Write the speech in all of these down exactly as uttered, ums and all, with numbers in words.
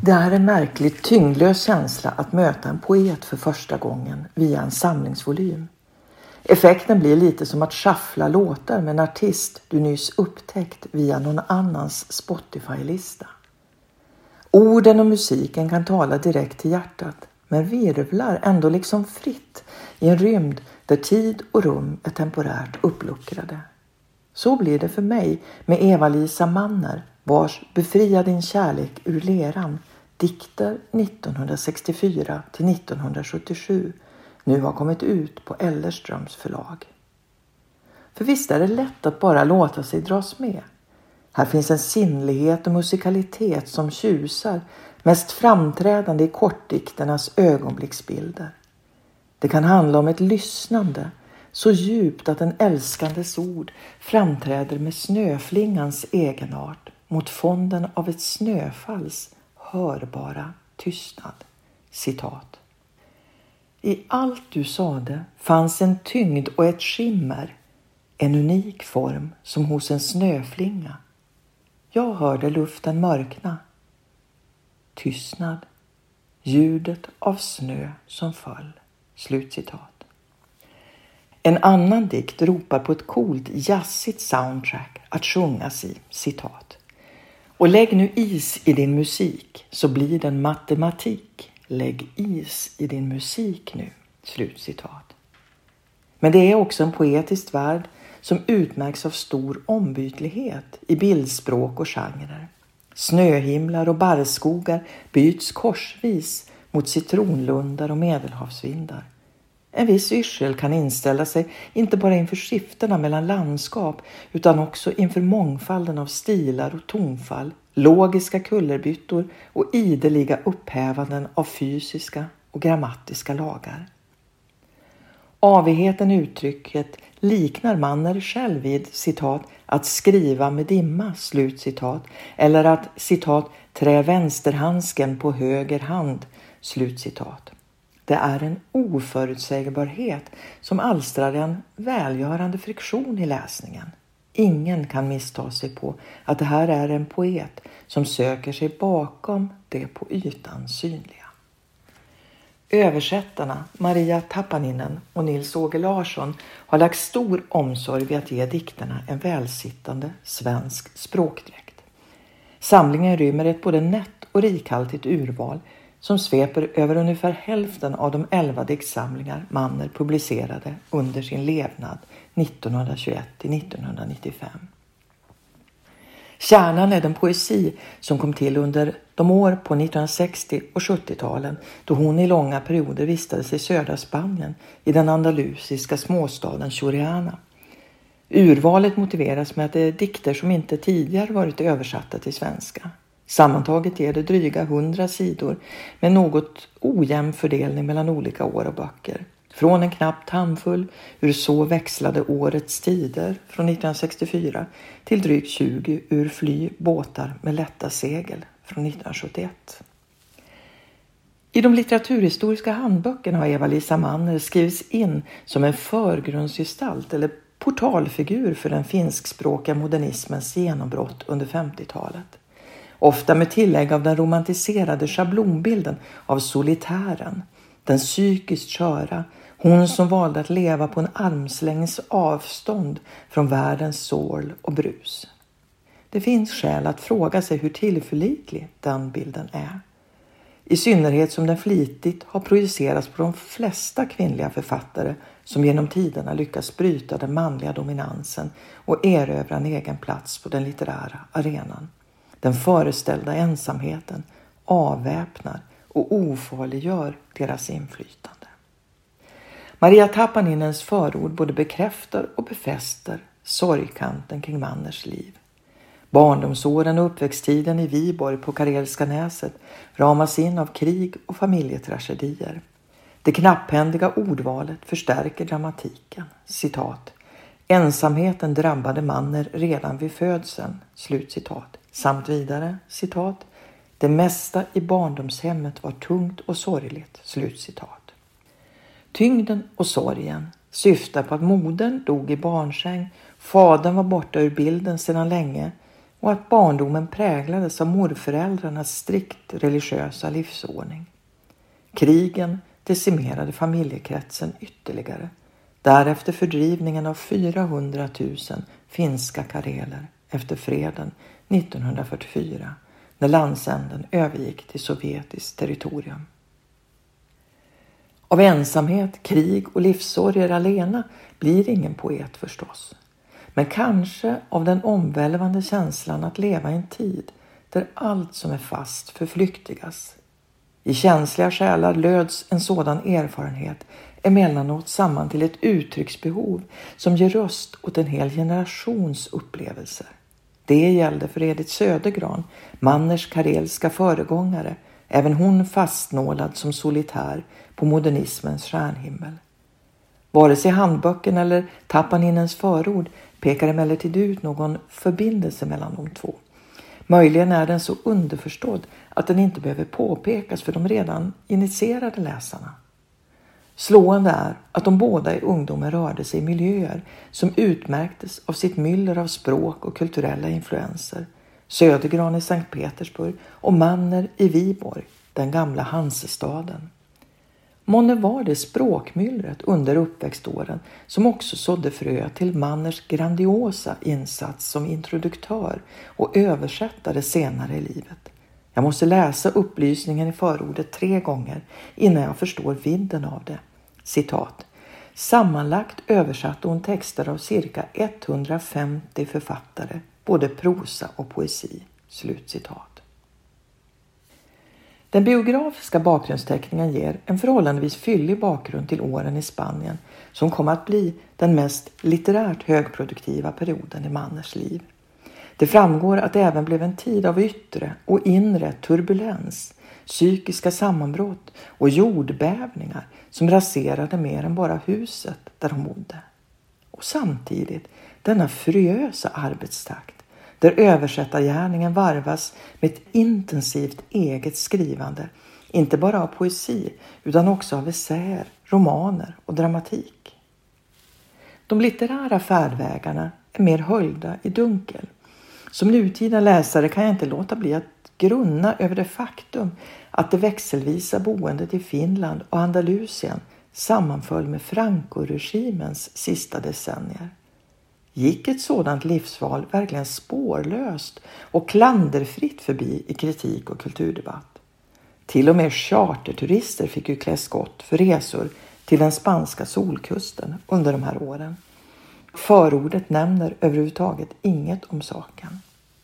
Det är en märkligt tyngdlös känsla att möta en poet för första gången via en samlingsvolym. Effekten blir lite som att shuffla låtar med en artist du nyss upptäckt via någon annans Spotify-lista. Orden och musiken kan tala direkt till hjärtat, men virvlar ändå liksom fritt i en rymd där tid och rum är temporärt uppluckrade. Så blir det för mig med Eva-Lisa Manner, vars Befria din kärlek ur leran, dikter nittonhundrasextiofyra till nittonhundrasjuttiosju, nu har kommit ut på Ellerströms förlag. För visst är det lätt att bara låta sig dras med. Här finns en sinnlighet och musikalitet som tjusar, mest framträdande i kortdikternas ögonblicksbilder. Det kan handla om ett lyssnande, så djupt att en älskandes ord framträder med snöflingans egenart mot fonden av ett snöfalls hörbara tystnad. Citat. I allt du sade fanns en tyngd och ett skimmer, en unik form som hos en snöflinga. Jag hörde luften mörkna. Tystnad, ljudet av snö som föll. Slutcitat. En annan dikt ropar på ett coolt jazzigt soundtrack att sjungas i, citat. Och lägg nu is i din musik så blir den matematik. Lägg is i din musik nu, slutcitat. Men det är också en poetisk värld som utmärks av stor ombytlighet i bildspråk och genrer. Snöhimlar och barrskogar byts korsvis mot citronlundar och medelhavsvindar. En viss yrsel kan inställa sig inte bara inför skiftena mellan landskap utan också inför mångfalden av stilar och tonfall, logiska kullerbyttor och ideliga upphävanden av fysiska och grammatiska lagar. Avigheten i uttrycket liknar Manner själv vid, citat, att skriva med dimma, slutcitat, eller att, citat, trä vänsterhandsken på höger hand, slutcitat. Det är en oförutsägbarhet som alstrar en välgörande friktion i läsningen. Ingen kan missta sig på att det här är en poet som söker sig bakom det på ytan synliga. Översättarna Maria Tappaninen och Nils-Åge Larsson har lagt stor omsorg vid att ge dikterna en välsittande svensk språkdräkt. Samlingen rymmer ett både nätt och rikhaltigt urval som sveper över ungefär hälften av de elva diktsamlingar Manner publicerade under sin levnad nittonhundratjugoett till nittonhundranittiofem. Kärnan är den poesi som kom till under de år på nittonhundrasextio- och sjuttio-talen då hon i långa perioder vistades i södra Spanien i den andalusiska småstaden Choriana. Urvalet motiveras med att det är dikter som inte tidigare varit översatta till svenska. Sammantaget ger det dryga hundra sidor med något ojämn fördelning mellan olika år och böcker. Från en knappt handfull ur Så växlade årets tider från nittonhundrasextiofyra till drygt tjugo ur Fly båtar med lätta segel från nittonhundrasjuttioett. I de litteraturhistoriska handböckerna har Eva-Lisa Manner skrivits in som en förgrundsgestalt eller portalfigur för den finskspråkiga modernismens genombrott under femtiotalet. Ofta med tillägg av den romantiserade schablonbilden av solitären, den psykiskt köra, hon som valde att leva på en armslängds avstånd från världens sorl och brus. Det finns skäl att fråga sig hur tillförlitlig den bilden är. I synnerhet som den flitigt har projicerats på de flesta kvinnliga författare som genom tiderna lyckats bryta den manliga dominansen och erövra en egen plats på den litterära arenan. Den föreställda ensamheten avväpnar och ofarliggör deras inflytande. Maria Tappaninens förord både bekräftar och befäster sorgkanten kring Manners liv. Barndomsåren och uppväxttiden i Viborg på Karelska näset ramas in av krig och familjetragedier. Det knapphändiga ordvalet förstärker dramatiken. Citat. Ensamheten drabbade Manner redan vid födseln. Slutcitat. Samt vidare, citat. Det mesta i barndomshemmet var tungt och sorgligt. Slutcitat. Tyngden och sorgen syftar på att modern dog i barnsäng, fadern var borta ur bilden sedan länge och att barndomen präglades av morföräldrarnas strikt religiösa livsordning. Krigen decimerade familjekretsen ytterligare. Därefter fördrivningen av fyrahundratusen finska kareler efter freden nittonhundrafyrtiofyra när landsänden övergick till sovjetiskt territorium. Av ensamhet, krig och livssorger alena blir ingen poet förstås. Men kanske av den omvälvande känslan att leva i en tid där allt som är fast förflyktigas. I känsliga själar löds en sådan erfarenhet emellanåt samman till ett uttrycksbehov som ger röst åt en hel generations upplevelser. Det gällde för Edith Södergran, Manners karelska föregångare, även hon fastnålad som solitär på modernismens stjärnhimmel. Vare sig handböcken eller Tapaninens förord pekar emellertid ut någon förbindelse mellan de två. Möjligen är den så underförstådd att den inte behöver påpekas för de redan initierade läsarna. Slående är att de båda i ungdomen rörde sig i miljöer som utmärktes av sitt myller av språk och kulturella influenser. Södergran i Sankt Petersburg och Manner i Viborg, den gamla Hansestaden. Månne var det språkmyllret under uppväxtåren som också sådde frö till Manners grandiosa insats som introduktör och översättare senare i livet. Jag måste läsa upplysningen i förordet tre gånger innan jag förstår vidden av det. Citat. Sammanlagt översatte hon texter av cirka etthundrafemtio författare, både prosa och poesi. Slutcitat. Den biografiska bakgrundsteckningen ger en förhållandevis fyllig bakgrund till åren i Spanien som kom att bli den mest litterärt högproduktiva perioden i Manners liv. Det framgår att det även blev en tid av yttre och inre turbulens, psykiska sammanbrott och jordbävningar som raserade mer än bara huset där de bodde. Och samtidigt denna furiösa arbetstakt där översättargärningen varvas med ett intensivt eget skrivande, inte bara av poesi utan också av essäer, romaner och dramatik. De litterära färdvägarna är mer höljda i dunkel. Som nutida läsare kan jag inte låta bli att grunna över det faktum att det växelvisa boendet i Finland och Andalusien sammanföll med Franco-regimens sista decennier. Gick ett sådant livsval verkligen spårlöst och klanderfritt förbi i kritik och kulturdebatt? Till och med charterturister fick ju klä skott för resor till den spanska solkusten under de här åren. Förordet nämner överhuvudtaget inget om saken.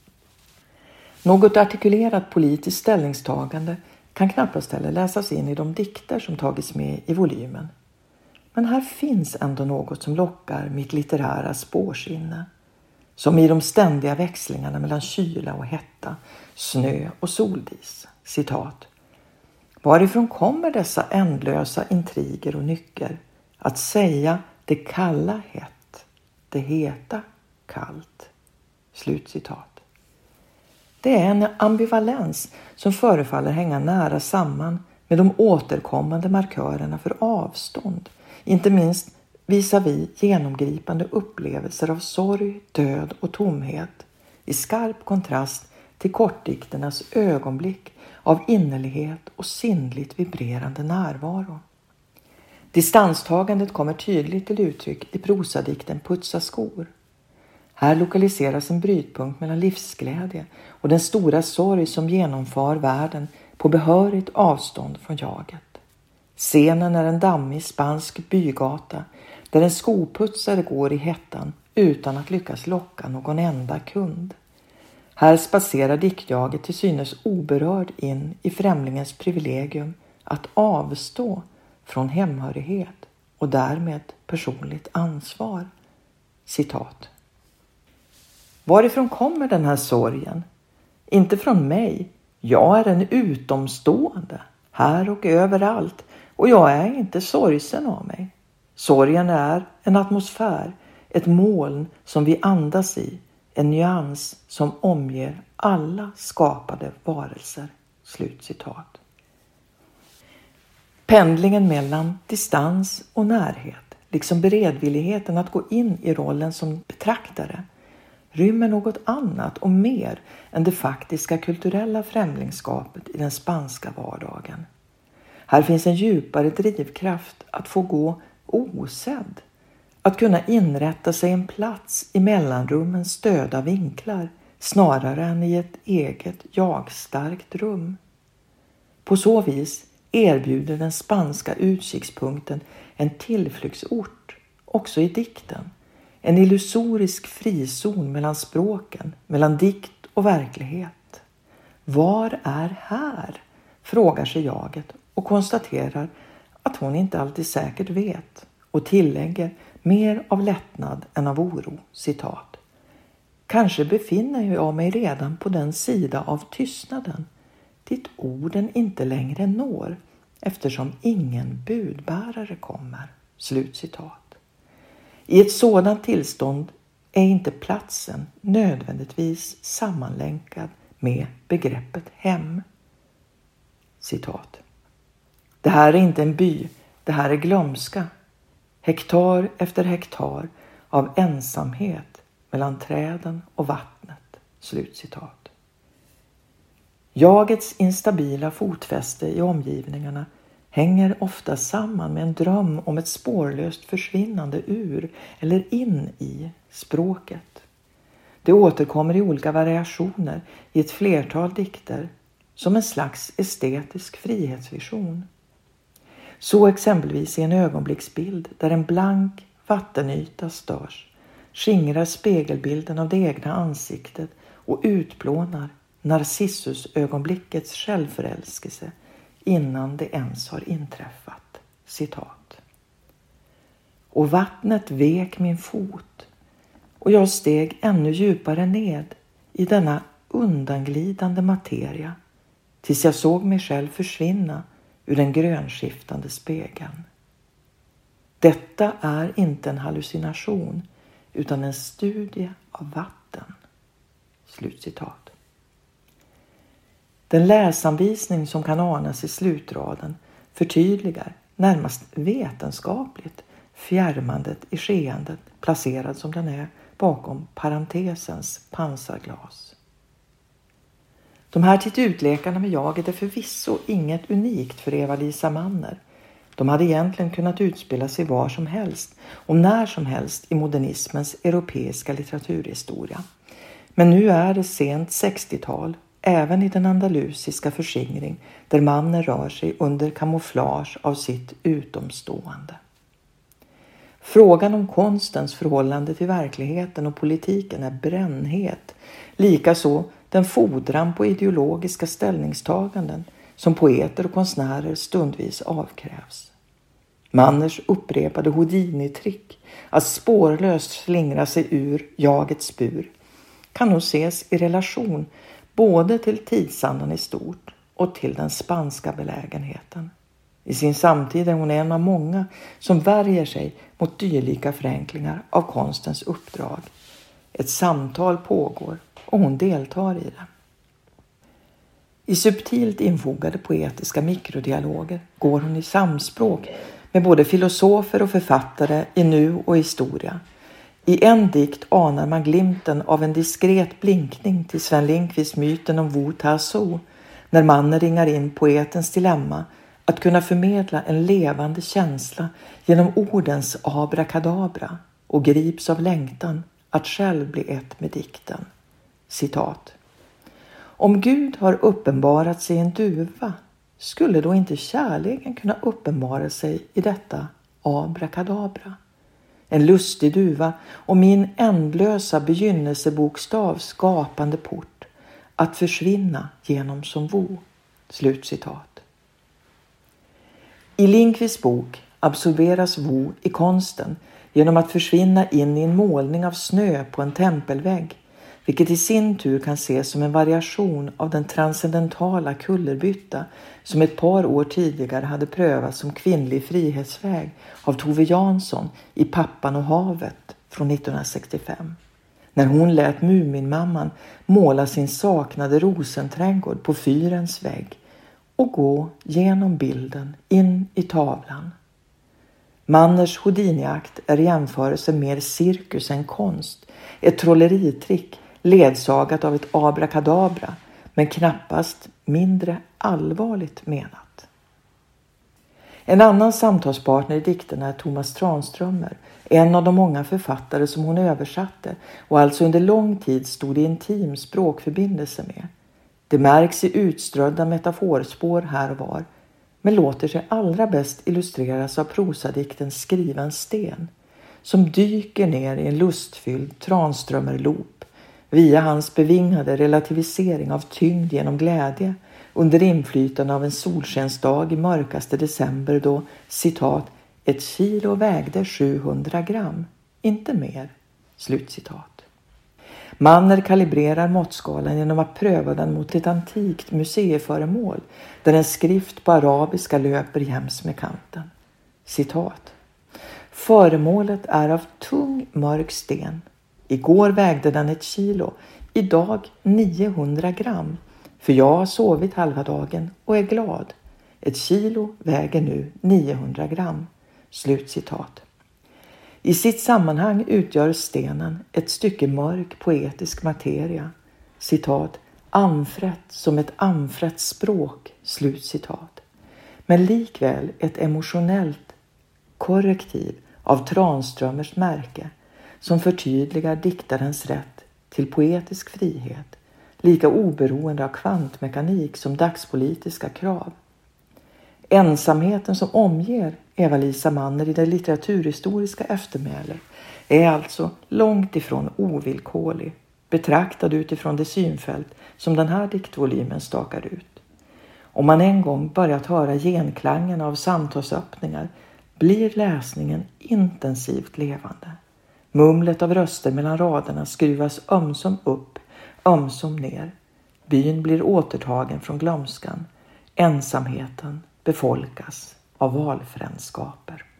Något artikulerat politiskt ställningstagande kan knappast heller läsas in i de dikter som tagits med i volymen. Men här finns ändå något som lockar mitt litterära spårsinne. Som i de ständiga växlingarna mellan kyla och hetta, snö och soldis. Citat. Varifrån kommer dessa ändlösa intriger och nycker? Att säga det kalla hett, det heta kallt. Slutcitat. Det är en ambivalens som förefaller hänga nära samman med de återkommande markörerna för avstånd. Inte minst visar vi genomgripande upplevelser av sorg, död och tomhet i skarp kontrast till kortdikternas ögonblick av innerlighet och sinnligt vibrerande närvaro. Distanstagandet kommer tydligt till uttryck i prosadikten Putsa skor. Här lokaliseras en brytpunkt mellan livsglädje och den stora sorg som genomför världen på behörigt avstånd från jaget. Scenen är en dammig spansk bygata där en skoputsare går i hettan utan att lyckas locka någon enda kund. Här spacerar diktjaget till synes oberörd in i främlingens privilegium att avstå från hemhörighet och därmed personligt ansvar. Citat. Varifrån kommer den här sorgen? Inte från mig. Jag är en utomstående, här och överallt, och jag är inte sorgsen av mig. Sorgen är en atmosfär, ett moln som vi andas i, en nyans som omger alla skapade varelser. Slutcitat. Pendlingen mellan distans och närhet, liksom beredvilligheten att gå in i rollen som betraktare, rymmer något annat och mer än det faktiska kulturella främlingskapet i den spanska vardagen. Här finns en djupare drivkraft att få gå osedd, att kunna inrätta sig en plats i mellanrummens stöda vinklar snarare än i ett eget jagstarkt rum. På så vis erbjuder den spanska utkikspunkten en tillflyktsort också i dikten, en illusorisk frizon mellan språken, mellan dikt och verklighet. Var är här? Frågar sig jaget och konstaterar att hon inte alltid säkert vet och tillägger mer av lättnad än av oro, citat. Kanske befinner jag mig redan på den sida av tystnaden dit orden inte längre når eftersom ingen budbärare kommer, slutcitat. I ett sådant tillstånd är inte platsen nödvändigtvis sammanlänkad med begreppet hem. Citat. Det här är inte en by, det här är glömska. Hektar efter hektar av ensamhet mellan träden och vattnet. Slutcitat. Jagets instabila fotfäste i omgivningarna hänger ofta samman med en dröm om ett spårlöst försvinnande ur eller in i språket. Det återkommer i olika variationer i ett flertal dikter som en slags estetisk frihetsvision. Så exempelvis i en ögonblicksbild där en blank vattenyta störs, skingrar spegelbilden av det egna ansiktet och utplånar Narcissus-ögonblickets självförälskelse innan det ens har inträffat. Citat. Och vattnet vek min fot och jag steg ännu djupare ned i denna undanglidande materia tills jag såg mig själv försvinna ur den grönskiftande spegeln. Detta är inte en hallucination utan en studie av vatten. Slutcitat. Den läsanvisning som kan anas i slutraden förtydligar närmast vetenskapligt fjärmandet i skeendet placerad som den är bakom parentesens pansarglas. De här titutlekarna med jaget är förvisso inget unikt för Eva-Lisa Manner. De hade egentligen kunnat utspela sig var som helst och när som helst i modernismens europeiska litteraturhistoria. Men nu är det sent sextiotal, även i den andalusiska förskingring där mannen rör sig under kamouflage av sitt utomstående. Frågan om konstens förhållande till verkligheten och politiken är brännhet, likaså den fordran på ideologiska ställningstaganden som poeter och konstnärer stundvis avkrävs. Manners upprepade Houdini-trick att spårlöst slingra sig ur jagets bur kan nog ses i relation både till tidsandan i stort och till den spanska belägenheten. I sin samtid är hon en av många som värjer sig mot dylika förenklingar av konstens uppdrag. Ett samtal pågår och hon deltar i det. I subtilt infogade poetiska mikrodialoger går hon i samspråk med både filosofer och författare i nu och historia. I en dikt anar man glimten av en diskret blinkning till Sven Lindqvists myten om Wu Ta-So, när mannen ringar in poetens dilemma att kunna förmedla en levande känsla genom ordens abrakadabra och grips av längtan att själv bli ett med dikten. Citat. Om Gud har uppenbarat sig i en duva, skulle då inte kärleken kunna uppenbara sig i detta abrakadabra? En lustig duva och min ändlösa begynnelsebokstav skapande port att försvinna genom som vo. Slutcitat. I Lindqvists bok absorberas vo i konsten genom att försvinna in i en målning av snö på en tempelvägg, vilket i sin tur kan ses som en variation av den transcendentala kullerbytta som ett par år tidigare hade prövats som kvinnlig frihetsväg av Tove Jansson i Pappan och havet från nittonhundrasextiofem. När hon lät Muminmamman måla sin saknade rosenträdgård på fyrens vägg och gå genom bilden in i tavlan. Manners Houdini-akt är i jämförelse mer cirkus än konst, ett trolleritrick ledsagat av ett abrakadabra, men knappast mindre allvarligt menat. En annan samtalspartner i dikterna är Thomas Tranströmer, en av de många författare som hon översatte och alltså under lång tid stod i intim språkförbindelse med. Det märks i utströdda metaforspår här och var, men låter sig allra bäst illustreras av prosadikten Skriven sten, som dyker ner i en lustfylld Tranströmerloop via hans bevingade relativisering av tyngd genom glädje under inflytande av en solskensdag i mörkaste december då, citat, ett kilo vägde sjuhundra gram, inte mer, slutcitat. Manner kalibrerar måttskalan genom att pröva den mot ett antikt museiföremål där en skrift på arabiska löper jäms med kanten. Citat. Föremålet är av tung mörk sten. Igår vägde den ett kilo, idag niohundra gram. För jag har sovit halva dagen och är glad. Ett kilo väger nu niohundra gram. Slutcitat. I sitt sammanhang utgör stenen ett stycke mörk poetisk materia. Citat. Amfrätt som ett amfrätt språk. Slutcitat. Men likväl ett emotionellt korrektiv av Tranströmers märke som förtydligar diktarens rätt till poetisk frihet, lika oberoende av kvantmekanik som dagspolitiska krav. Ensamheten som omger Eva-Lisa Manner i det litteraturhistoriska eftermälet är alltså långt ifrån ovillkorlig, betraktad utifrån det synfält som den här diktvolymen stakar ut. Om man en gång börjat höra genklangen av samtalsöppningar blir läsningen intensivt levande. Mumlet av röster mellan raderna skruvas ömsom upp, ömsom ner. Byn blir återtagen från glömskan. Ensamheten befolkas av valfrändskaper.